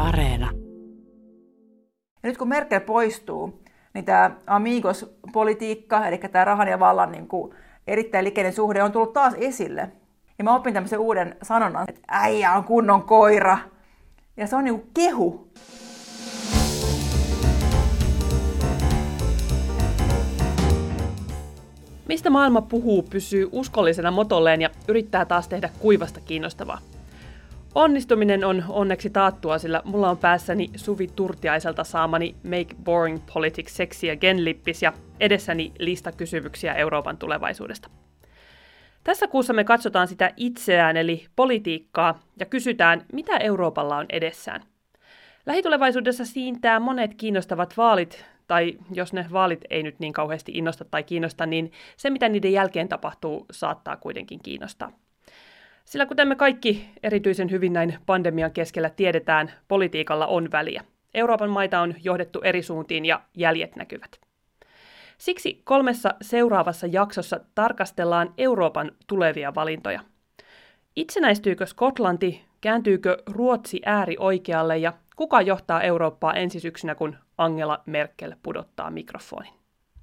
Areena. Ja nyt kun Merkel poistuu, niin tämä amigos-politiikka, eli tämä rahan ja vallan niin kuin erittäin likeinen suhde on tullut taas esille. Ja mä opin tämmöisen uuden sanonnan, että äijä on kunnon koira. Ja se on niin kuin kehu. Mistä maailma puhuu, pysyy uskollisena motolleen ja yrittää taas tehdä kuivasta kiinnostavaa. Onnistuminen on onneksi taattua, sillä mulla on päässäni Suvi Turtiaiselta saamani Make Boring Politics Sexy Again -lippis ja edessäni lista kysymyksiä Euroopan tulevaisuudesta. Tässä kuussa me katsotaan sitä itseään eli politiikkaa ja kysytään, mitä Euroopalla on edessään. Lähitulevaisuudessa siintää monet kiinnostavat vaalit, tai jos ne vaalit ei nyt niin kauheasti innosta tai kiinnosta, niin se mitä niiden jälkeen tapahtuu saattaa kuitenkin kiinnostaa. Sillä kuten me kaikki erityisen hyvin näin pandemian keskellä tiedetään, politiikalla on väliä. Euroopan maita on johdettu eri suuntiin ja jäljet näkyvät. Siksi 3 seuraavassa jaksossa tarkastellaan Euroopan tulevia valintoja. Itsenäistyykö Skotlanti, kääntyykö Ruotsi äärioikealle ja kuka johtaa Eurooppaa ensi syksynä, kun Angela Merkel pudottaa mikrofonin?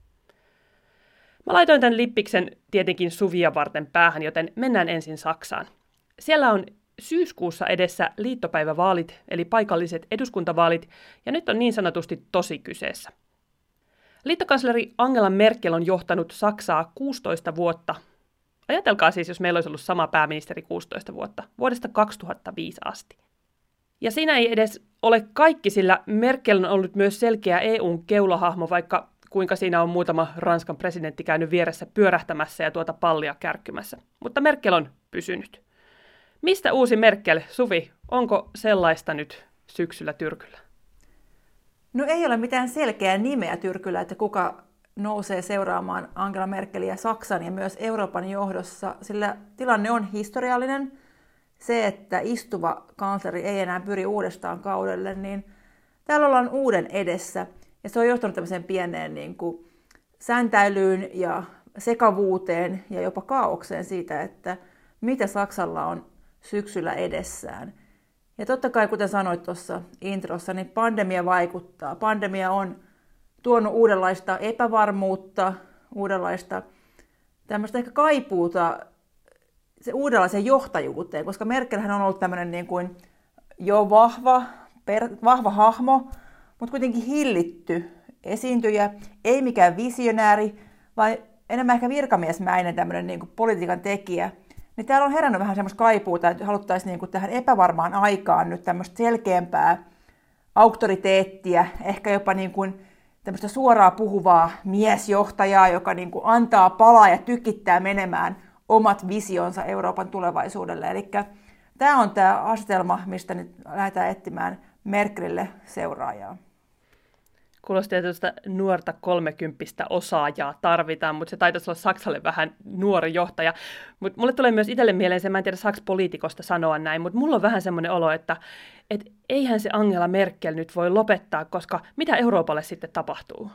Mä laitoin tämän lippiksen tietenkin Suvia varten päähän, joten mennään ensin Saksaan. Siellä on syyskuussa edessä liittopäivävaalit, eli paikalliset eduskuntavaalit, ja nyt on niin sanotusti tosi kyseessä. Liittokansleri Angela Merkel on johtanut Saksaa 16 vuotta. Ajatelkaa siis, jos meillä olisi ollut sama pääministeri 16 vuotta, vuodesta 2005 asti. Ja siinä ei edes ole kaikki, sillä Merkel on ollut myös selkeä EUn keulahahmo, vaikka kuinka siinä on muutama Ranskan presidentti käynyt vieressä pyörähtämässä ja tuota pallia kärkkymässä. Mutta Merkel on pysynyt. Mistä uusi Merkel, Suvi? Onko sellaista nyt syksyllä Tyrkyllä? No ei ole mitään selkeää nimeä Tyrkyllä, että kuka nousee seuraamaan Angela Merkeliä Saksan ja myös Euroopan johdossa, sillä tilanne on historiallinen. Se, että istuva kansleri ei enää pyri uudestaan kaudelle, niin täällä ollaan uuden edessä. Ja se on johtanut tämmöiseen pieneen niin kuin säntäilyyn ja sekavuuteen ja jopa kaaukseen siitä, että mitä Saksalla on syksyllä edessään. Ja totta kai, kuten sanoit tuossa introssa, niin pandemia vaikuttaa. Pandemia on tuonut uudenlaista epävarmuutta, uudenlaista tämmöistä ehkä kaipuuta se uudenlaiseen johtajuuteen, koska Merkelhän on ollut tämmöinen niin kuin jo vahva hahmo, mutta kuitenkin hillitty esiintyjä, ei mikään visionääri, vaan enemmän ehkä virkamiesmäinen tämmöinen niin kuin politiikan tekijä. Niin täällä on herännyt vähän semmoista kaipuuta, että haluttaisiin niin kuin tähän epävarmaan aikaan nyt tämmöistä selkeämpää auktoriteettia, ehkä jopa niin kuin tämmöistä suoraa puhuvaa miesjohtajaa, joka niin kuin antaa palaa ja tykittää menemään omat visionsa Euroopan tulevaisuudelle. Eli tämä on tämä asetelma, mistä nyt lähdetään etsimään Merkelille seuraajaa. Kuulostaa, että tuosta nuorta 30 osaajaa tarvitaan, mutta se taitaisi olla Saksalle vähän nuori johtaja. Mutta mulle tulee myös itselle mieleen se, mä en tiedä saako poliitikosta sanoa näin, mutta mulla on vähän semmoinen olo, että eihän se Angela Merkel nyt voi lopettaa, koska mitä Euroopalle sitten tapahtuu?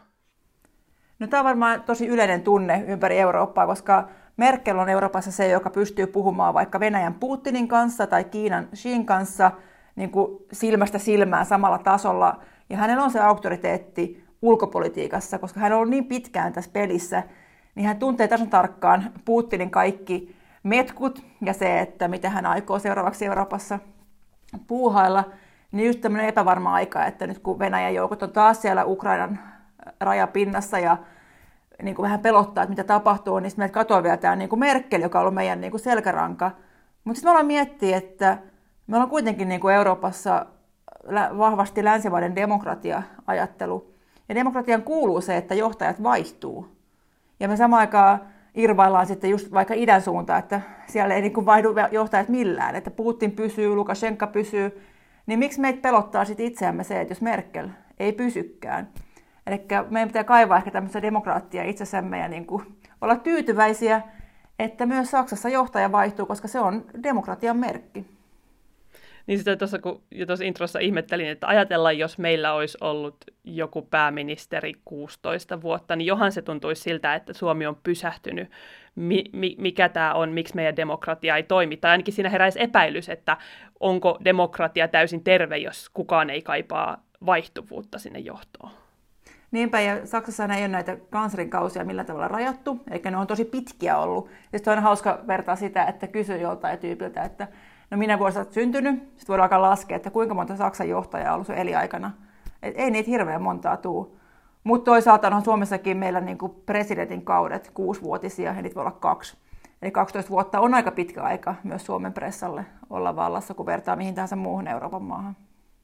No tämä on varmaan tosi yleinen tunne ympäri Eurooppaa, koska Merkel on Euroopassa se, joka pystyy puhumaan vaikka Venäjän Putinin kanssa tai Kiinan Xin kanssa niin kuin silmästä silmään samalla tasolla. Ja hänellä on se auktoriteetti ulkopolitiikassa, koska hän on ollut niin pitkään tässä pelissä, niin hän tuntee tasan tarkkaan Putinin kaikki metkut ja se, että mitä hän aikoo seuraavaksi Euroopassa puuhailla. Niin just tämmöinen epävarma aika, että nyt kun Venäjän joukot on taas siellä Ukrainan rajapinnassa ja niin kuin vähän pelottaa, että mitä tapahtuu, niin sitten meiltä katoaa vielä tämä niin kuin Merkel, joka on ollut meidän niin kuin selkäranka. Mutta sitten me ollaan miettiä, että me ollaan kuitenkin niin kuin Euroopassa vahvasti länsimaiden demokratia-ajattelu. Ja demokratian kuuluu se, että johtajat vaihtuu. Ja me samaan aikaan irvaillaan sitten just vaikka idän suuntaan, että siellä ei niin kuin vaihdu johtajat millään. Että Putin pysyy, Lukashenka pysyy. Niin miksi meitä pelottaa sitten itseämme se, että jos Merkel ei pysykään? Eli meidän pitää kaivaa ehkä tämmöistä demokraattia itsessämme ja niin kuin olla tyytyväisiä, että myös Saksassa johtaja vaihtuu, koska se on demokratian merkki. Niin sitten tuossa, kun jo tuossa introssa ihmettelin, että ajatellaan, jos meillä olisi ollut joku pääministeri 16 vuotta, niin johan se tuntuisi siltä, että Suomi on pysähtynyt. Mikä tämä on, miksi meidän demokratia ei toimi? Tai ainakin siinä heräisi epäilys, että onko demokratia täysin terve, jos kukaan ei kaipaa vaihtuvuutta sinne johtoon. Niinpä, ja Saksassa ei ole näitä kanslerin kausia millään tavalla rajattu, eikä ne on tosi pitkiä ollut. Ja sitten on hauska vertaa sitä, että kysyy joltain tyypiltä, että no minä vuosi olet syntynyt, sitten voidaan alkaa laskea, että kuinka monta Saksan johtajaa on ollut sun eliaikana. Et ei niitä hirveän montaa tule. Mutta toisaalta on Suomessakin meillä niinku presidentin kaudet 6-vuotisia, ja niitä voi olla 2. Eli 12 vuotta on aika pitkä aika myös Suomen pressalle olla vallassa, kun vertaa mihin tahansa muuhun Euroopan maahan.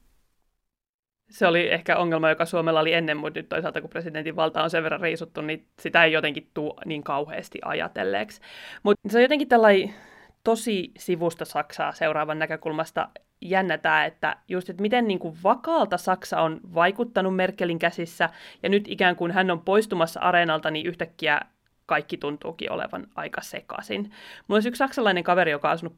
Se oli ehkä ongelma, joka Suomella oli ennen, mutta nyt toisaalta kun presidentin valta on sen verran riisuttu, niin sitä ei jotenkin tule niin kauheasti ajatelleeksi. Mutta se on jotenkin tällainen tosi sivusta Saksaa seuraavan näkökulmasta jännä tämä, että just, että miten niin kuin vakaalta Saksa on vaikuttanut Merkelin käsissä, ja nyt ikään kuin hän on poistumassa areenalta, niin yhtäkkiä kaikki tuntuukin olevan aika sekaisin. Mulla olisi yksi saksalainen kaveri, joka on asunut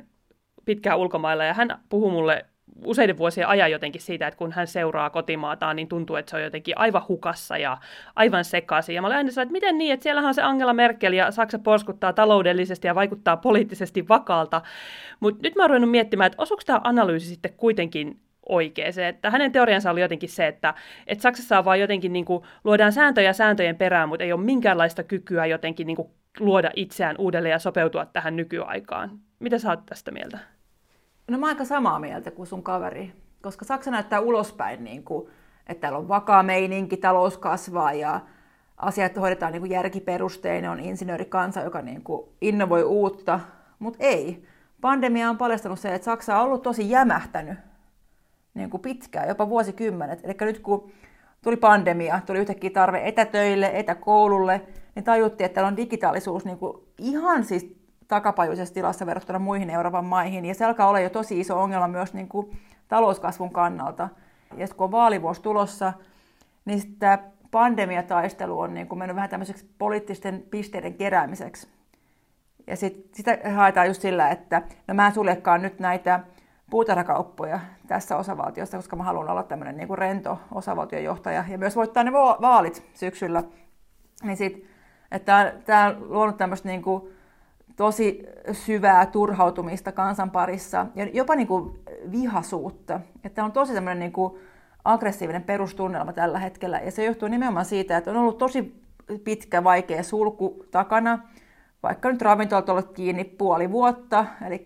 pitkään ulkomailla, ja hän puhuu mulle useiden vuosien ajan jotenkin siitä, että kun hän seuraa kotimaataan, niin tuntuu, että se on jotenkin aivan hukassa ja aivan sekaisin. Ja mä olen aina sanonut, että miten niin, että siellähän on se Angela Merkel ja Saksa porskuttaa taloudellisesti ja vaikuttaa poliittisesti vakaalta. Mutta nyt mä oon ruvennut miettimään, että osuuko tämä analyysi sitten kuitenkin oikein. Että hänen teoriansa oli jotenkin se, että Saksassa on vaan jotenkin niin kuin, luodaan sääntöjä sääntöjen perään, mutta ei ole minkäänlaista kykyä jotenkin niin kuin, luoda itseään uudelleen ja sopeutua tähän nykyaikaan. Mitä sä oot tästä mieltä? No mä oon aika samaa mieltä kuin sun kaveri, koska Saksa näyttää ulospäin, niin kuin, että täällä on vakaa meininki, talous kasvaa ja asiat hoidetaan niin kuin järkiperustein, on insinöörikansa, joka niin kuin innovoi uutta, mutta ei. Pandemia on paljastanut se, että Saksa on ollut tosi jämähtänyt niin kuin pitkään, jopa vuosikymmenet. Eli nyt kun tuli pandemia, tuli yhtäkkiä tarve etätöille, etäkoululle, niin tajuttiin, että täällä on digitaalisuus niin kuin ihan siis takapajuisessa tilassa verrattuna muihin Euroopan maihin. Ja se alkaa olla jo tosi iso ongelma myös niin kuin talouskasvun kannalta. Ja sitten kun on vaalivuosi tulossa, niin tämä pandemiataistelu on niin kuin mennyt vähän tämmöiseksi poliittisten pisteiden keräämiseksi. Ja sitä haetaan just sillä, että no mä en suljekaan nyt näitä puutarhakauppoja tässä osavaltiossa, koska mä haluan olla tämmöinen niin kuin rento osavaltiojohtaja ja myös voittaa ne vaalit syksyllä. Niin sit, että tämä on luonut tämmöistä niin kuin tosi syvää turhautumista kansan parissa ja jopa niin kuin vihasuutta. Tämä on tosi tämmöinen niin kuin aggressiivinen perustunnelma tällä hetkellä ja se johtuu nimenomaan siitä, että on ollut tosi pitkä, vaikea sulku takana, vaikka nyt ravintolat ovat olleet kiinni puoli vuotta, eli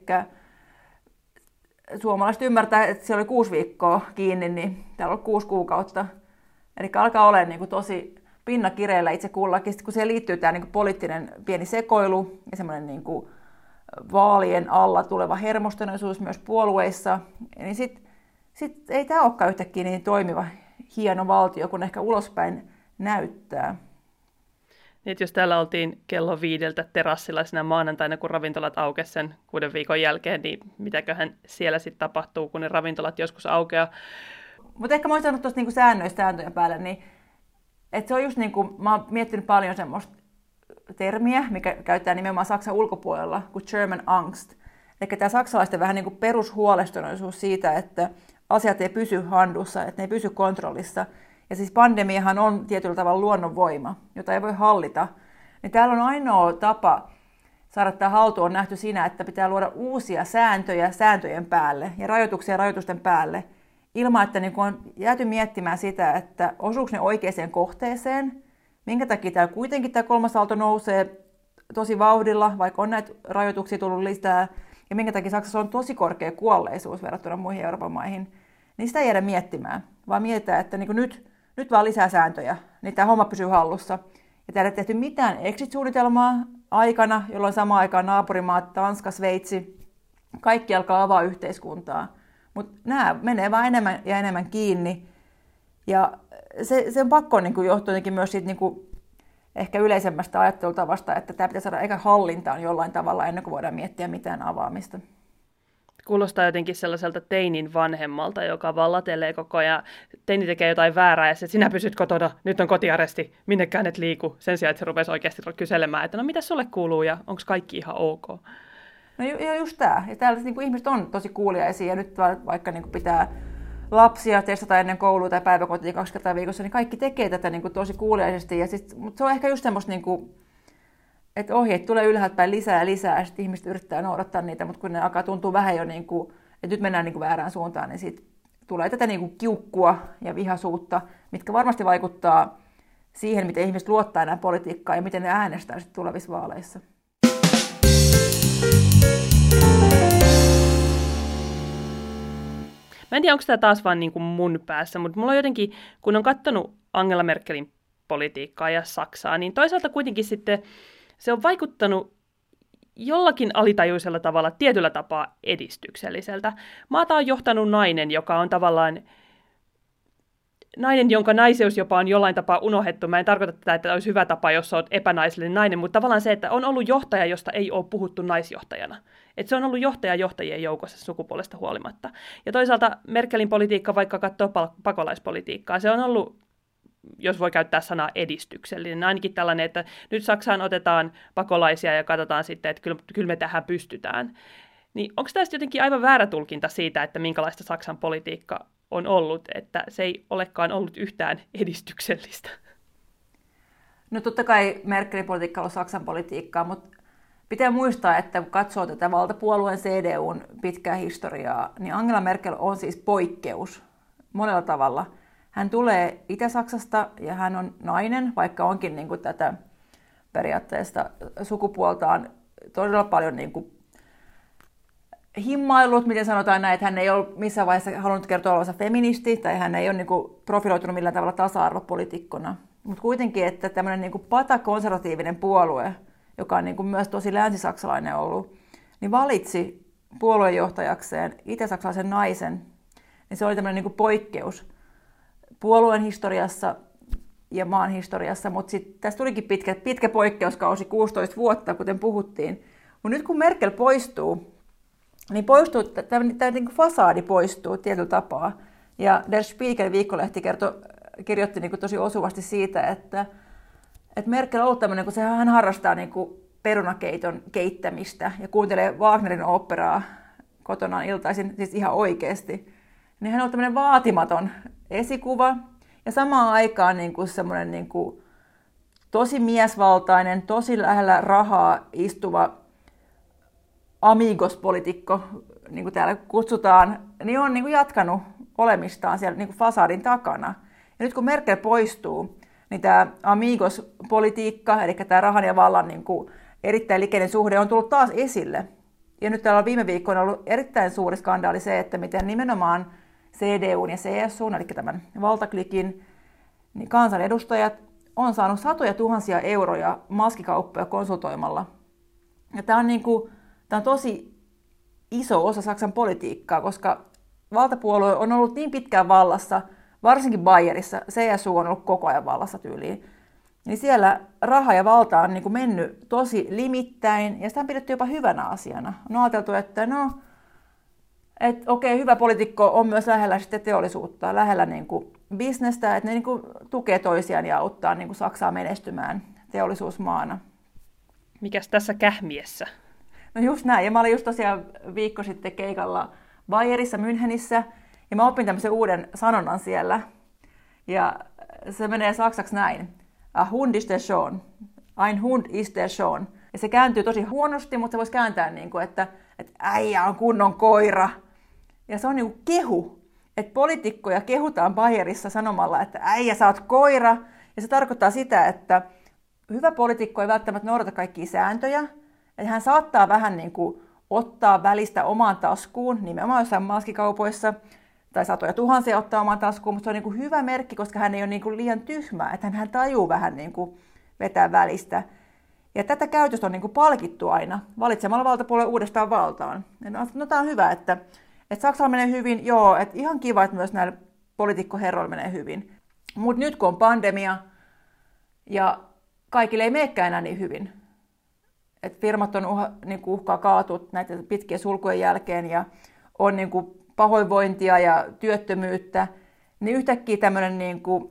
suomalaiset ymmärtää, että siellä oli 6 viikkoa kiinni, niin täällä on 6 kuukautta. Eli alkaa olemaan niin kuin tosi pinnakireillä itse kullakin, sitten kun siihen liittyy tämä niin kuin poliittinen pieni sekoilu ja semmoinen niin kuin vaalien alla tuleva hermostuneisuus myös puolueissa, niin sitten ei tämä olekaan yhtäkkiä niin toimiva hieno valtio, kun ehkä ulospäin näyttää. Niin, jos täällä oltiin kello 5 terassilla sinä maanantaina, kun ravintolat aukesi sen 6 viikon jälkeen, niin mitäköhän siellä sitten tapahtuu, kun ne ravintolat joskus aukeaa. Mutta ehkä mä oon sanonut tuosta niinku sääntöjen päälle, niin että se on just niin kuin, mä oon miettinyt paljon semmoista termiä, mikä käytetään nimenomaan Saksan ulkopuolella, kuin German Angst. Eli tämä saksalaisten vähän niin kuin perushuolestuneisuus siitä, että asiat ei pysy handussa, että ne ei pysy kontrollissa. Ja siis pandemiahan on tietyllä tavalla luonnonvoima, jota ei voi hallita. Niin täällä on ainoa tapa saada tämä haltuun on nähty siinä, että pitää luoda uusia sääntöjä sääntöjen päälle ja rajoituksia rajoitusten päälle, ilman että niin on jääty miettimään sitä, että osuuko ne oikeaan kohteeseen, minkä takia täällä kuitenkin tämä 3. aalto nousee tosi vauhdilla, vaikka on näitä rajoituksia tullut lisää, ja minkä takia Saksassa on tosi korkea kuolleisuus verrattuna muihin Euroopan maihin, niin sitä ei jäädä miettimään, vaan mietitään, että niin nyt vaan lisää sääntöjä, niin tämä homma pysyy hallussa. Ja täällä ei tehty mitään exit-suunnitelmaa aikana, jolloin samaan aikaan naapurimaat, Tanska, Sveitsi, kaikki alkaa avaa yhteiskuntaa. Mutta nämä menee vaan enemmän ja enemmän kiinni. Ja se on pakko niin johtua jotenkin myös siitä niin ehkä yleisemmästä ajattelutavasta, että tämä pitää saada eikä hallintaan jollain tavalla ennen kuin voidaan miettiä mitään avaamista. Kuulostaa jotenkin sellaiselta teinin vanhemmalta, joka vaan latelee koko ajan. Teini tekee jotain väärää ja sinä pysyt kotona, nyt on kotiaresti, minnekään et liiku. Sen sijaan, että se rupesi oikeasti kyselemään, että no mitä sulle kuuluu ja onko kaikki ihan ok. No ja just tämä. Ja täällä niin kuin ihmiset on tosi kuuliaisia ja nyt vaikka niin kuin pitää lapsia testata ennen koulua tai päiväkotia 2 kertaa viikossa, niin kaikki tekee tätä niin kuin tosi kuuliaisesti. Mutta se on ehkä just semmoista, niin kuin, että ohjeet tulee ylhäältä päin lisää ja lisää ja sitten ihmiset yrittää noudattaa niitä, mutta kun ne alkaa tuntua vähän jo, niin kuin, että nyt mennään niin kuin väärään suuntaan, niin siitä tulee tätä niin kuin kiukkua ja vihaisuutta, mitkä varmasti vaikuttaa siihen, miten ihmiset luottaa enää politiikkaan ja miten ne äänestää sitten tulevissa vaaleissa. Mä en tiedä, onko tämä taas vaan niin kuin mun päässä, mutta mulla on jotenkin, kun on katsonut Angela Merkelin politiikkaa ja Saksaa, niin toisaalta kuitenkin sitten se on vaikuttanut jollakin alitajuisella tavalla tietyllä tapaa edistykselliseltä. Maata on johtanut nainen, joka on tavallaan nainen, jonka naiseus jopa on jollain tapaa unohdettu. Mä en tarkoita tätä, että olisi hyvä tapa, jos olet epänaisellinen nainen, mutta tavallaan se, että on ollut johtaja, josta ei ole puhuttu naisjohtajana. Että se on ollut johtaja johtajien joukossa sukupuolesta huolimatta. Ja toisaalta Merkelin politiikka, vaikka katsoo pakolaispolitiikkaa, se on ollut, jos voi käyttää sanaa edistyksellinen, ainakin tällainen, että nyt Saksaan otetaan pakolaisia ja katsotaan sitten, että kyllä me tähän pystytään. Niin onko tästä jotenkin aivan väärä tulkinta siitä, että minkälaista Saksan politiikka on ollut, että se ei olekaan ollut yhtään edistyksellistä? No totta kai Merkelin politiikka on Saksan politiikkaa, mutta pitää muistaa, että kun katsoo tätä valtapuolueen CDUn pitkää historiaa, niin Angela Merkel on siis poikkeus monella tavalla. Hän tulee Itä-Saksasta ja hän on nainen, vaikka onkin niin kuin tätä periaatteesta sukupuoltaan todella paljon niin kuin himmaillut, miten sanotaan näin, että hän ei ole missään vaiheessa halunnut kertoa olevansa feministi, tai hän ei ole niin kuin profiloitunut millään tavalla tasa-arvopolitiikkona. Mutta kuitenkin, että tämmöinen niin kuin patakonservatiivinen puolue, joka on niin kuin myös tosi länsisaksalainen ollut, niin valitsi puoluejohtajakseen itä-saksalaisen naisen. Niin se oli tämmöinen niin kuin poikkeus puolueen historiassa ja maan historiassa, mutta sitten tässä tulikin pitkä poikkeuskausi, 16 vuotta, kuten puhuttiin. Mutta nyt kun Merkel poistuu, niin tämä niin fasaadi poistuu tietyllä tapaa. Ja Der Spiegel viikkolehti kirjoitti niin kuin tosi osuvasti siitä, että Merkel on ollut tämmöinen, kun hän harrastaa niin kuin perunakeiton keittämistä ja kuuntelee Wagnerin oopperaa kotonaan iltaisin, siis ihan oikeasti. Niin hän on tämmöinen vaatimaton esikuva ja samaan aikaan niin kuin semmoinen niin kuin tosi miesvaltainen, tosi lähellä rahaa istuva amigos-poliitikko, niin kuin täällä kutsutaan, niin on niin kuin jatkanut olemistaan siellä niin kuin fasadin takana. Ja nyt kun Merkel poistuu, niin tämä amigos-politiikka, eli tämä rahan ja vallan niin kuin erittäin likeinen suhde on tullut taas esille. Ja nyt täällä on viime viikkoina ollut erittäin suuri skandaali se, että miten nimenomaan CDUn ja CSUn, eli tämän valtaklikin, niin kansanedustajat on saanut satoja tuhansia euroja maskikauppoja konsultoimalla. Ja tämä on tosi iso osa Saksan politiikkaa, koska valtapuolue on ollut niin pitkään vallassa, varsinkin Bayerissa, CSU on ollut koko ajan vallassa tyyliin, niin siellä raha ja valta on niin kuin mennyt tosi limittäin, ja sitä on pidetty jopa hyvänä asiana. On ajateltu, että okei, hyvä poliitikko on myös lähellä sitten teollisuutta, lähellä niin kuin bisnestä, että ne niin kuin tukee toisiaan ja auttaa niin kuin Saksaa menestymään teollisuusmaana. Mikäs tässä kähmiessä? No just näin, ja mä olin just tosiaan viikko sitten keikalla Bayerissa, Münchenissä, ja mä opin tämmöisen uuden sanonnan siellä, ja se menee saksaksi näin. A Hund ist der Schon. Ein Hund ist der Schon. Ja se kääntyy tosi huonosti, mutta se voisi kääntää niin kuin, että äijä on kunnon koira. Ja se on niin kuin kehu, että poliitikkoja kehutaan Bayerissa sanomalla, että äijä sä oot koira. Ja se tarkoittaa sitä, että hyvä poliitikko ei välttämättä noudata kaikkia sääntöjä, että hän saattaa vähän niin kuin ottaa välistä omaan taskuun, nimenomaan jossain maskikaupoissa, tai satoja tuhansia ottaa omaan taskuun, mutta se on niin kuin hyvä merkki, koska hän ei ole niin kuin liian tyhmä, että hän tajuu vähän niin kuin vetää välistä. Ja tätä käytöstä on niin kuin palkittu aina valitsemalla valtapuolueen uudestaan valtaan. No tämä on hyvä, että Saksalla menee hyvin, joo, että ihan kiva, että myös näillä poliitikkoherroilla menee hyvin. Mutta nyt kun on pandemia ja kaikille ei menekään enää niin hyvin, että firmat on niin kuin uhkaa kaatua näiden pitkien sulkujen jälkeen ja on niin kuin pahoinvointia ja työttömyyttä, niin yhtäkkiä tämmöinen niin kuin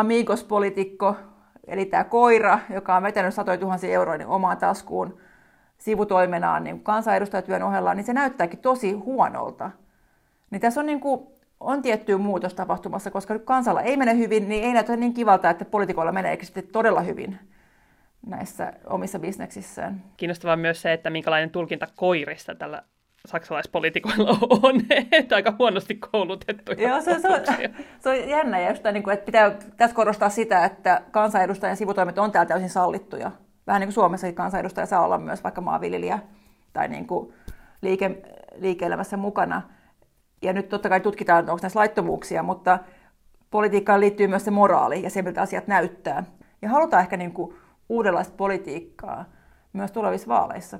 amigos-poliitikko, eli tämä koira, joka on vetänyt satoja tuhansia euroja niin omaan taskuun, sivutoimenaan niin kansanedustajatyön ohella, niin se näyttääkin tosi huonolta. Niin tässä on, niin kuin, on tiettyä muutos tapahtumassa, koska nyt kansalla ei mene hyvin, niin ei näytä niin kivalta, että poliitikoilla menee sitten todella hyvin näissä omissa bisneksissään. Kiinnostavaa myös se, että minkälainen tulkinta koirista tällä saksalaispoliitikoilla on, että aika huonosti koulutettuja. Joo, se on jännä, ja jostain, että pitää tässä korostaa sitä, että kansanedustajan sivutoimet on täällä täysin sallittuja. Vähän niin kuin Suomessakin kansanedustaja saa olla myös vaikka maanviljelijä tai niin kuin liike-elämässä mukana. Ja nyt totta kai tutkitaan, onko näissä laittomuuksia, mutta politiikkaan liittyy myös se moraali ja se, miltä asiat näyttää. Ja halutaan ehkä niin kuin uudenlaista politiikkaa myös tulevissa vaaleissa.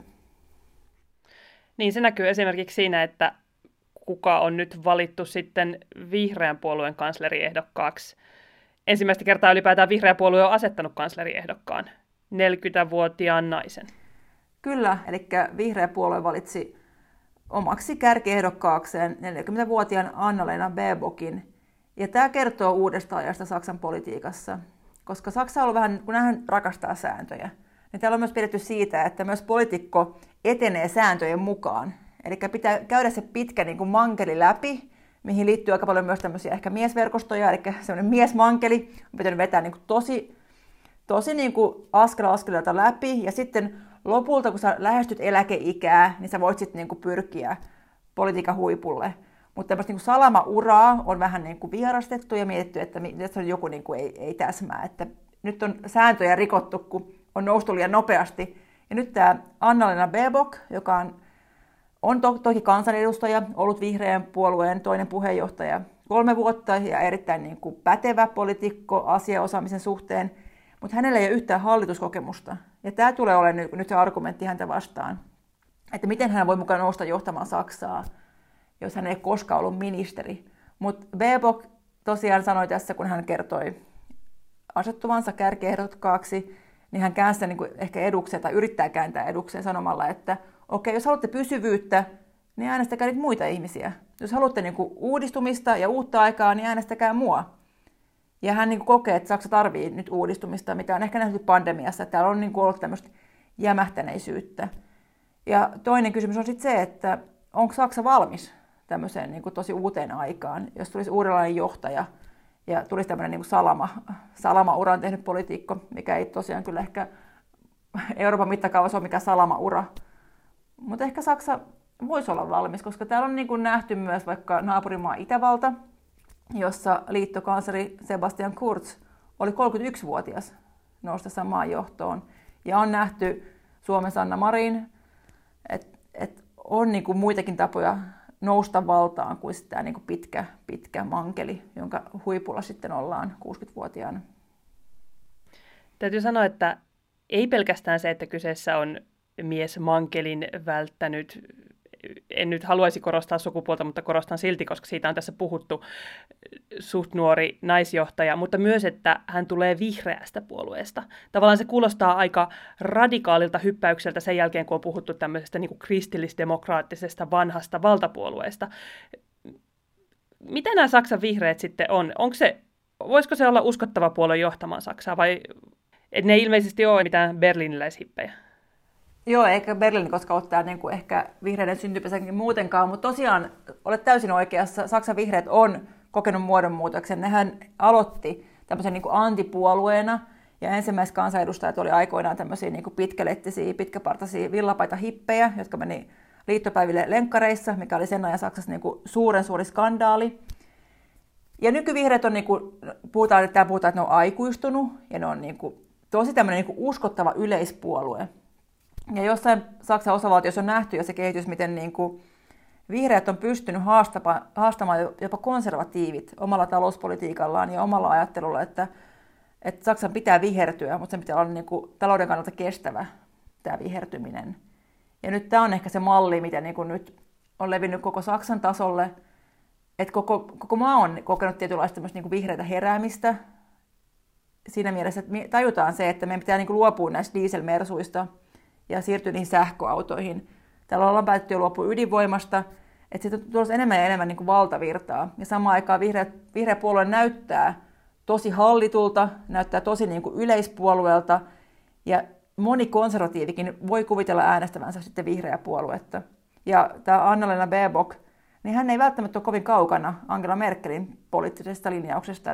Niin, se näkyy esimerkiksi siinä, että kuka on nyt valittu sitten vihreän puolueen kansleriehdokkaaksi. Ensimmäistä kertaa ylipäätään vihreä puolue on asettanut kansleriehdokkaan, 40-vuotiaan naisen. Kyllä, eli vihreä puolue valitsi omaksi kärkiehdokkaakseen 40-vuotiaan Annalena Baerbockin. Ja tämä kertoo uudesta ajasta Saksan politiikassa, koska Saksa on ollut vähän, kun hän rakastaa sääntöjä, niin täällä on myös pidetty siitä, että myös poliitikko etenee sääntöjen mukaan. Eli pitää käydä se pitkä niin kuin mankeli läpi, mihin liittyy aika paljon myös tämmöisiä ehkä miesverkostoja, eli semmoinen miesmankeli on pitänyt vetää niin kuin tosi niin kuin askel askeleelta läpi, ja sitten lopulta, kun sä lähestyt eläkeikää, niin sä voit sitten niin kuin pyrkiä politiikan huipulle. Mutta tämmöistä niin kuin salama-uraa on vähän niin kuin vierastettu ja mietitty, että tässä on joku niin kuin ei täsmää, että nyt on sääntöjä rikottu, kun on noustu liian nopeasti. Ja nyt tämä Annalena Baerbock, joka on toki kansanedustaja, ollut vihreän puolueen toinen puheenjohtaja 3 vuotta ja erittäin niin kuin pätevä poliitikko asiaosaamisen suhteen, mutta hänellä ei ole yhtään hallituskokemusta. Ja tämä tulee olemaan nyt se argumentti häntä vastaan, että miten hän voi mukaan nousta johtamaan Saksaa, jos hän ei koskaan ollut ministeri. Mutta Baerbock tosiaan sanoi tässä, kun hän kertoi asettuvansa kärkiehdokkaaksi, niin hän käänsi niin kuin ehkä edukseen tai yrittää kääntää edukseen sanomalla, että okei, jos haluatte pysyvyyttä, niin äänestäkää niitä muita ihmisiä. Jos haluatte niin kuin uudistumista ja uutta aikaa, niin äänestäkää mua. Ja hän niin kuin kokee, että Saksa tarvitsee nyt uudistumista, mitä on ehkä nähty pandemiassa, että täällä on niin kuin ollut tämmöistä jämähtäneisyyttä. Ja toinen kysymys on sitten se, että onko Saksa valmis tämmöiseen niin kuin tosi uuteen aikaan, jos tulisi uudenlainen johtaja ja tulisi tämmöinen niin kuin salama-uran tehnyt poliitikko, mikä ei tosiaan kyllä ehkä Euroopan mittakaavassa ole mikään salama-ura. Mutta ehkä Saksa voisi olla valmis, koska täällä on niin kuin nähty myös vaikka naapurimaa Itävalta, jossa liittokansleri Sebastian Kurz oli 31-vuotias noustessaan maan johtoon. Ja on nähty Suomen Sanna Marin, että on niin kuin muitakin tapoja nousta valtaan kuin tämä niin kuin pitkä mankeli, jonka huipulla sitten ollaan 60-vuotiaana. Täytyy sanoa, että ei pelkästään se, että kyseessä on miesmankelin välttänyt, en nyt haluaisi korostaa sukupuolta, mutta korostan silti, koska siitä on tässä puhuttu, suht nuori naisjohtaja, mutta myös, että hän tulee vihreästä puolueesta. Tavallaan se kuulostaa aika radikaalilta hyppäykseltä sen jälkeen, kun on puhuttu tämmöisestä niin kuin kristillisdemokraattisesta vanhasta valtapuolueesta. Mitä nämä Saksan vihreät sitten on? Voisiko se olla uskottava puolue johtamaan Saksaa, vai että ne ilmeisesti ole mitään berliiniläishippejä? Joo, eikä Berliini koskaan ole niin kuin ehkä vihreiden syntypesäkin muutenkaan, mutta tosiaan olet täysin oikeassa. Saksan vihreät on kokenut muodonmuutoksen. Nehän aloitti tämmöisen niin kuin antipuolueena, ja ensimmäiset kansanedustajat oli aikoinaan tämmöisiä niin kuin pitkälettisiä, pitkäpartaisia villapaita-hippejä, jotka meni liittopäiville lenkkareissa, mikä oli sen ajan Saksassa niin kuin suuri skandaali. Ja nykyvihreät on, niin kuin, puhutaan, että ne on aikuistunut, ja ne on niin kuin, tosi tämmöinen niin kuin uskottava yleispuolue. Ja jossain Saksan osavaltiossa on nähty jo se kehitys, miten niin kuin vihreät on pystynyt haastamaan jopa konservatiivit omalla talouspolitiikallaan ja omalla ajattelulla, että Saksan pitää vihertyä, mutta sen pitää olla niin kuin talouden kannalta kestävä tämä vihertyminen. Ja nyt tämä on ehkä se malli, mitä niin kuin nyt on levinnyt koko Saksan tasolle, että koko maa on kokenut tietynlaista niin kuin vihreätä heräämistä siinä mielessä, että tajutaan se, että meidän pitää niin kuin luopua näistä dieselmersuista ja siirtyä niihin sähköautoihin. Täällä ollaan päätetty jo luopua ydinvoimasta, että siitä on tulossa enemmän ja enemmän niin kuin valtavirtaa. Ja samaan aikaan vihreä puolue näyttää tosi hallitulta, näyttää tosi niin kuin yleispuolueelta. Ja moni konservatiivikin voi kuvitella äänestävänsä sitten vihreää puoluetta. Ja tämä Annalena Baerbock, niin hän ei välttämättä ole kovin kaukana Angela Merkelin poliittisesta linjauksesta.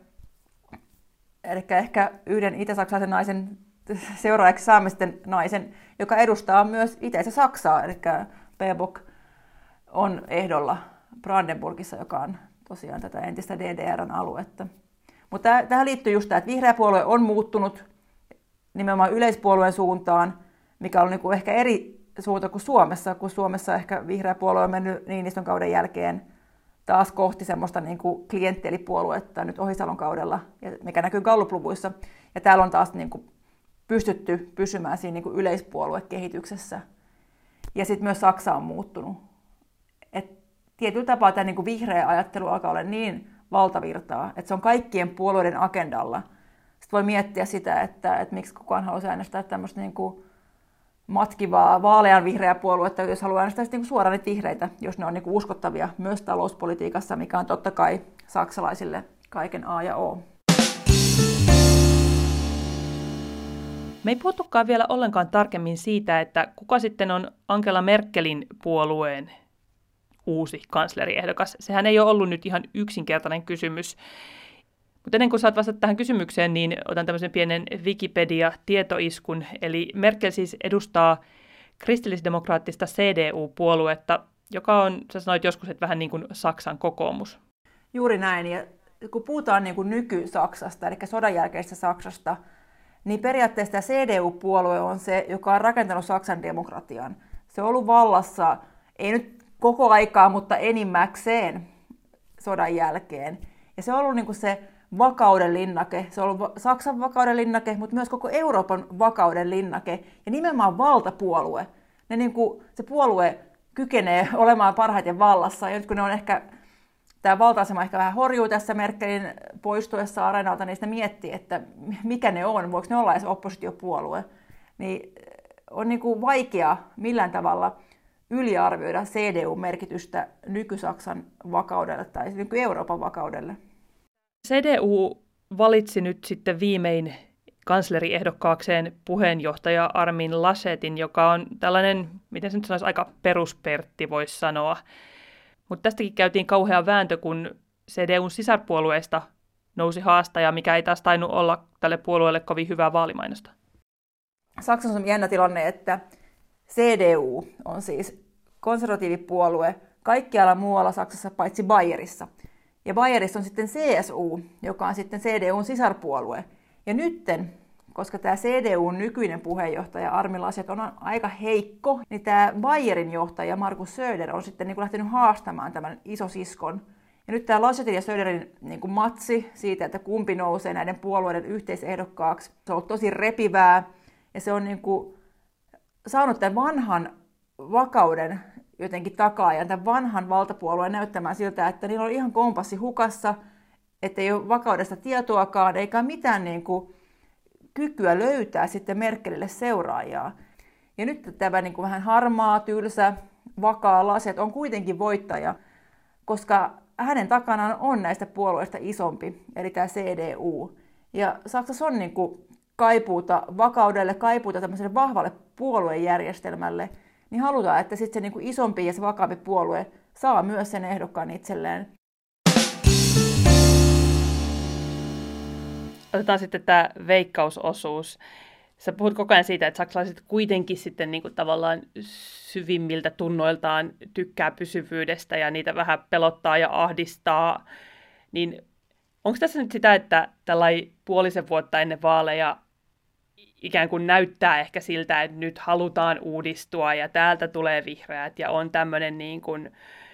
Eli ehkä yhden itä-saksalaisen naisen seuraajaksi saamme sitten naisen, joka edustaa myös itäistä Saksaa. Eli Baerbock on ehdolla Brandenburgissa, joka on tosiaan tätä entistä DDR:n aluetta. Mutta tähän liittyy just tämä, että vihreä puolue on muuttunut nimenomaan yleispuolueen suuntaan, mikä on niin kuin ehkä eri suunta kuin Suomessa, kun Suomessa ehkä vihreä puolue on mennyt Niinistön kauden jälkeen taas kohti semmoista niin kuin klientteelipuoluetta nyt Ohisalon kaudella, mikä näkyy Gallup-luvuissa. Ja täällä on taas niin kuin pystytty pysymään siinä niin kuin yleispuoluekehityksessä. Ja sitten myös Saksa on muuttunut. Et tietyllä tapaa tämä niin kuin vihreä ajattelu alkaa olla niin valtavirtaa, että se on kaikkien puolueiden agendalla. Sitten voi miettiä sitä, että miksi kukaan haluaisi äänestää tämmöistä niin kuin matkivaa vaalean vihreää puoluetta, jos haluaa äänestää niin kuin suoraan niitä vihreitä, jos ne on niin kuin uskottavia myös talouspolitiikassa, mikä on totta kai saksalaisille kaiken A ja O. Me ei puhuttukaan vielä ollenkaan tarkemmin siitä, että kuka sitten on Angela Merkelin puolueen uusi kansleriehdokas. Sehän ei ole ollut nyt ihan yksinkertainen kysymys. Mutta ennen kuin saat vastata tähän kysymykseen, niin otan tämmöisen pienen Wikipedia-tietoiskun. Eli Merkel siis edustaa kristillisdemokraattista CDU-puoluetta, joka on, sä sanoit joskus, että vähän niin kuin Saksan kokoomus. Juuri näin. Ja kun puhutaan niin kuin nyky-Saksasta, eli sodan jälkeisestä Saksasta, niin periaatteessa tämä CDU-puolue on se, joka on rakentanut Saksan demokratian. Se on ollut vallassa, ei nyt koko aikaa, mutta enimmäkseen sodan jälkeen. Ja se on ollut niin kuin se vakauden linnake, se on ollut Saksan vakauden linnake, mutta myös koko Euroopan vakauden linnake ja nimenomaan valtapuolue. Se puolue kykenee olemaan parhaiten vallassa ja nyt kun ne on ehkä, tämä valta-asema ehkä vähän horjuu tässä Merkelin poistuessa areenalta, niin sitä miettii, että mikä ne on, voiko ne olla edes oppositiopuolue, niin on niin kuin vaikea millään tavalla yliarvioida CDU-merkitystä nyky-Saksan vakaudelle tai nyky-Euroopan vakaudelle. CDU valitsi nyt sitten viimein kansleriehdokkaakseen puheenjohtaja Armin Laschetin, joka on tällainen, miten se nyt sanoisi, aika peruspertti voisi sanoa. Mutta tästäkin käytiin kauhea vääntö, kun CDUn sisarpuolueesta nousi haastaja, mikä ei taas tainnut olla tälle puolueelle kovin hyvää vaalimainosta. Saksassa on jännä tilanne, että CDU on siis konservatiivipuolue kaikkialla muualla Saksassa paitsi Bayerissa. Ja Bayerissa on sitten CSU, joka on sitten CDUn sisarpuolue. Ja nytten, koska tämä CDUn nykyinen puheenjohtaja Armin Laschet on aika heikko, niin tämä Bayerin johtaja Markus Söder on sitten niin kuin lähtenyt haastamaan tämän isosiskon. Ja nyt tämä Laschetin ja Söderin niin kuin matsi siitä, että kumpi nousee näiden puolueiden yhteisehdokkaaksi, se on ollut tosi repivää. Ja se on niin kuin saanut tämän vanhan vakauden jotenkin takaa ja tämän vanhan valtapuolueen näyttämään siltä, että niillä on ihan kompassi hukassa, ettei ole vakaudesta tietoakaan, eikä mitään niin kuin kykyä löytää sitten Merkelille seuraajaa. Ja nyt tämä niin kuin vähän harmaa, tylsä, vakaa Laschet on kuitenkin voittaja, koska hänen takanaan on näistä puolueista isompi, eli tämä CDU. Ja Saksassa on niin kuin kaipuuta vakaudelle, kaipuuta tämmöiselle vahvalle puoluejärjestelmälle, niin halutaan, että sitten se niin kuin isompi ja se vakaampi puolue saa myös sen ehdokkaan itselleen. Otetaan sitten tämä veikkausosuus. Sä puhut koko ajan siitä, että saksalaiset kuitenkin sitten niin kuin tavallaan syvimmiltä tunnoiltaan tykkää pysyvyydestä ja niitä vähän pelottaa ja ahdistaa. Niin onko tässä nyt sitä, että tällainen puolisen vuotta ennen vaaleja ikään kuin näyttää ehkä siltä, että nyt halutaan uudistua ja täältä tulee vihreät ja on tämmöinen niin kuin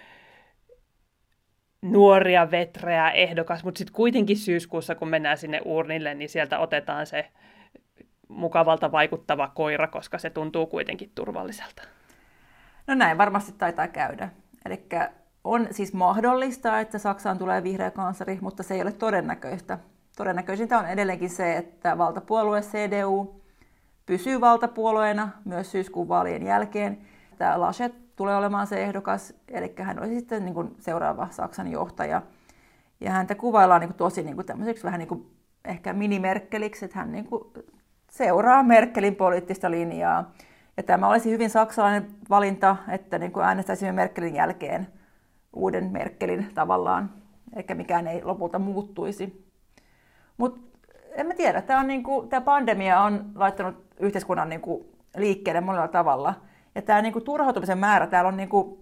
nuoria, vetreä ehdokas, mutta sitten kuitenkin syyskuussa, kun mennään sinne urnille, niin sieltä otetaan se mukavalta vaikuttava koira, koska se tuntuu kuitenkin turvalliselta. No näin varmasti taitaa käydä. Eli on siis mahdollista, että Saksaan tulee vihreä kansleri, mutta se ei ole todennäköistä. Todennäköisintä on edelleenkin se, että valtapuolue CDU pysyy valtapuolueena myös syyskuun vaalien jälkeen. Tämä Laschet tulee olemaan se ehdokas, eli hän olisi sitten niin kuin seuraava Saksan johtaja. Ja häntä kuvaillaan niin kuin tosi niin kuin tämmöiseksi vähän niin kuin ehkä minimerkkeliksi, että hän niin kuin seuraa Merkelin poliittista linjaa. Ja tämä olisi hyvin saksalainen valinta, että niin kuin äänestäisimme Merkelin jälkeen uuden Merkelin tavallaan, eikä mikään ei lopulta muuttuisi. Mutta en mä tiedä, tämä pandemia on laittanut yhteiskunnan niin kuin liikkeelle monella tavalla. Ja tämä niin kuin turhautumisen määrä täällä on, niin kuin,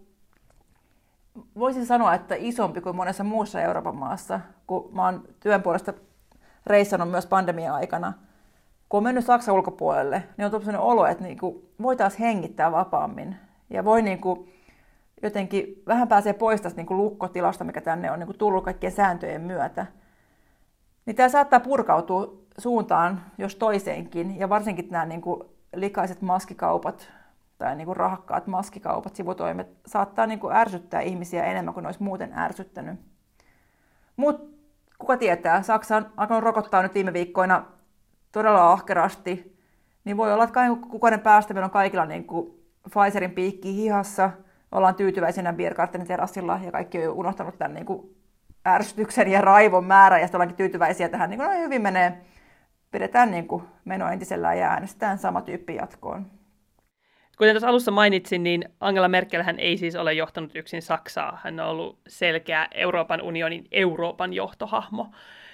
voisin sanoa, että isompi kuin monessa muussa Euroopan maassa, kun mä oon työn puolesta reissannut myös pandemia-aikana. Kun on mennyt Saksan ulkopuolelle, niin on tullut sellainen olo, että niin kuin voi taas hengittää vapaammin. Ja voi niin kuin jotenkin vähän pääsee pois tästä niin kuin lukkotilasta, mikä tänne on niin kuin tullut kaikkien sääntöjen myötä. Niin tämä saattaa purkautua suuntaan, jos toiseenkin. Ja varsinkin nämä niin kuin likaiset maskikaupat tai niin kuin rahakkaat maskikaupat, sivutoimet, saattaa niin kuin ärsyttää ihmisiä enemmän kuin ne olisi muuten ärsyttänyt. Mutta kuka tietää, Saksa on alkanut rokottaa nyt viime viikkoina todella ahkerasti, niin voi olla, että kukainen päästä meillä on kaikilla niin kuin Pfizerin piikki hihassa, ollaan tyytyväisinä Biergartenin terassilla ja kaikki on jo unohtanut tämän niin kuin ärsytyksen ja raivon määrän ja sitten ollaankin tyytyväisiä tähän, niin kuin no, hyvin menee, pidetään niin kuin meno entisellään ja äänestetään sama tyyppi jatkoon. Kuten tuossa alussa mainitsin, niin Angela Merkelhän ei siis ole johtanut yksin Saksaa. Hän on ollut selkeä Euroopan unionin Euroopan johtohahmo.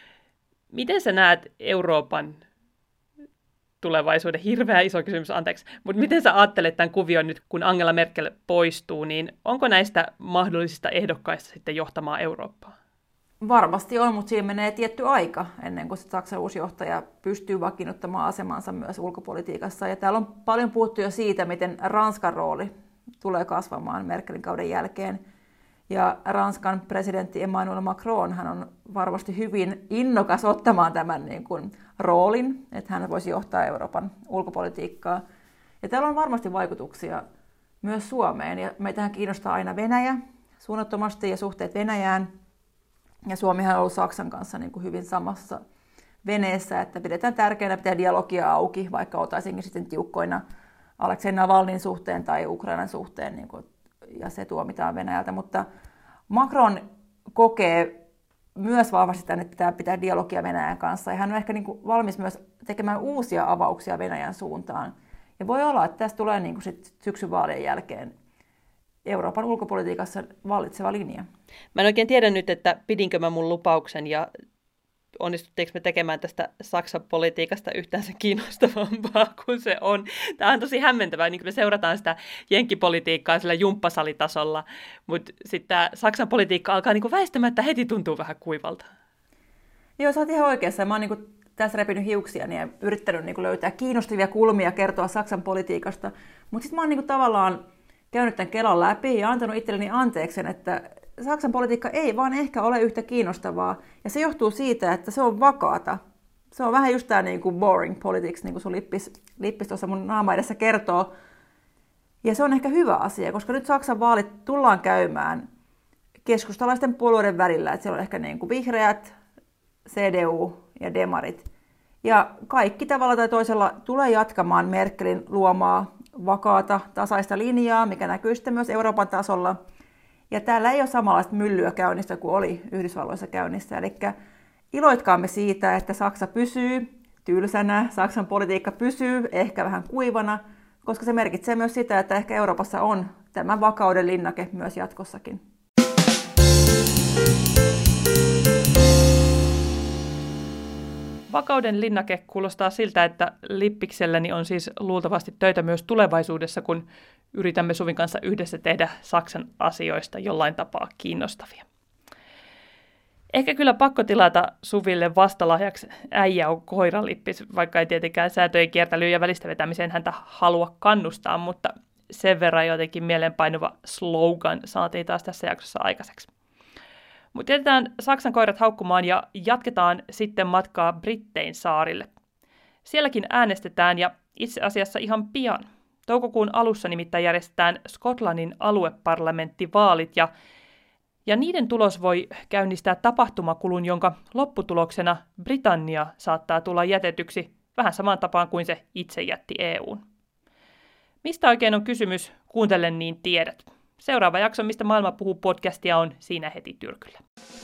Miten sä näet Euroopan tulevaisuuden? Hirveä iso kysymys, anteeksi. Mutta miten sä ajattelet tämän kuvion nyt, kun Angela Merkel poistuu, niin onko näistä mahdollisista ehdokkaista sitten johtamaan Eurooppaa? Varmasti on, mutta siinä menee tietty aika ennen kuin Saksan uusi johtaja pystyy vakiinnuttamaan asemansa myös ulkopolitiikassa. Ja täällä on paljon puhuttu jo siitä, miten Ranskan rooli tulee kasvamaan Merkelin kauden jälkeen. Ja Ranskan presidentti Emmanuel Macron hän on varmasti hyvin innokas ottamaan tämän niin kuin roolin, että hän voisi johtaa Euroopan ulkopolitiikkaa. Ja täällä on varmasti vaikutuksia myös Suomeen. Ja meitähän kiinnostaa aina Venäjä suunnattomasti ja suhteet Venäjään. Ja Suomihan on ollut Saksan kanssa niin kuin hyvin samassa veneessä, että pidetään tärkeänä pitää dialogia auki, vaikka oltaisinkin sitten tiukkoina Aleksei Navalnin suhteen tai Ukrainan suhteen, niin kuin, ja se tuomitaan Venäjältä. Mutta Macron kokee myös vahvasti tämän, että pitää dialogia Venäjän kanssa, ja hän on ehkä niin kuin valmis myös tekemään uusia avauksia Venäjän suuntaan. Ja voi olla, että tästä tulee niin kuin sit syksyn vaalien jälkeen Euroopan ulkopolitiikassa vallitseva linja. Mä en oikein tiedä nyt, että pidinkö mä mun lupauksen ja onnistuttiinko me tekemään tästä Saksan politiikasta yhtään sen kiinnostavampaa kuin se on. Tämä on tosi hämmentävää, niin kuin me seurataan sitä jenkkipolitiikkaa sillä jumppasalitasolla, mutta sitten tämä Saksan politiikka alkaa niin kuin väistämättä heti tuntuu vähän kuivalta. Joo, sä oot ihan oikeassa. Mä oon niin tässä repinyt hiuksiani ja yrittänyt niin kuin löytää kiinnostavia kulmia kertoa Saksan politiikasta, mutta sitten mä oon niin kuin tavallaan käynyt tämän kelan läpi ja antanut itselleni anteeksi, että Saksan politiikka ei vaan ehkä ole yhtä kiinnostavaa. Ja se johtuu siitä, että se on vakaata. Se on vähän just tämä niin kuin boring politics, niin kuin sun lippis tuossa mun naama edessä kertoo. Ja se on ehkä hyvä asia, koska nyt Saksan vaalit tullaan käymään keskustalaisten puolueiden välillä. Että siellä on ehkä niin kuin vihreät, CDU ja demarit. Ja kaikki tavalla tai toisella tulee jatkamaan Merkelin luomaa vakaata, tasaista linjaa, mikä näkyy sitten myös Euroopan tasolla. Ja täällä ei ole samanlaista myllyä käynnissä kuin oli Yhdysvalloissa käynnissä. Eli iloitkaamme siitä, että Saksa pysyy tylsänä, Saksan politiikka pysyy ehkä vähän kuivana, koska se merkitsee myös sitä, että ehkä Euroopassa on tämä vakauden linnake myös jatkossakin. Vakauden linnake kuulostaa siltä, että Lippikselläni on siis luultavasti töitä myös tulevaisuudessa, kun yritämme Suvin kanssa yhdessä tehdä Saksan asioista jollain tapaa kiinnostavia. Ehkä kyllä pakko tilata Suville vastalahjaksi äijä on koiralippis, vaikka ei tietenkään sääntöjen kiertelyyn ja välistä vetämiseen häntä halua kannustaa, mutta sen verran jotenkin mieleenpainuva slogan saatiin taas tässä jaksossa aikaiseksi. Mutta jätetään Saksan koirat haukkumaan ja jatketaan sitten matkaa Brittein saarille. Sielläkin äänestetään ja itse asiassa ihan pian. Toukokuun alussa nimittäin järjestetään Skotlannin alueparlamenttivaalit ja niiden tulos voi käynnistää tapahtumakulun, jonka lopputuloksena Britannia saattaa tulla jätetyksi vähän samaan tapaan kuin se itse jätti EUn. Mistä oikein on kysymys? Kuuntele niin tiedät. Seuraava jakso, mistä maailma puhuu podcastia, on siinä heti tyrkyllä.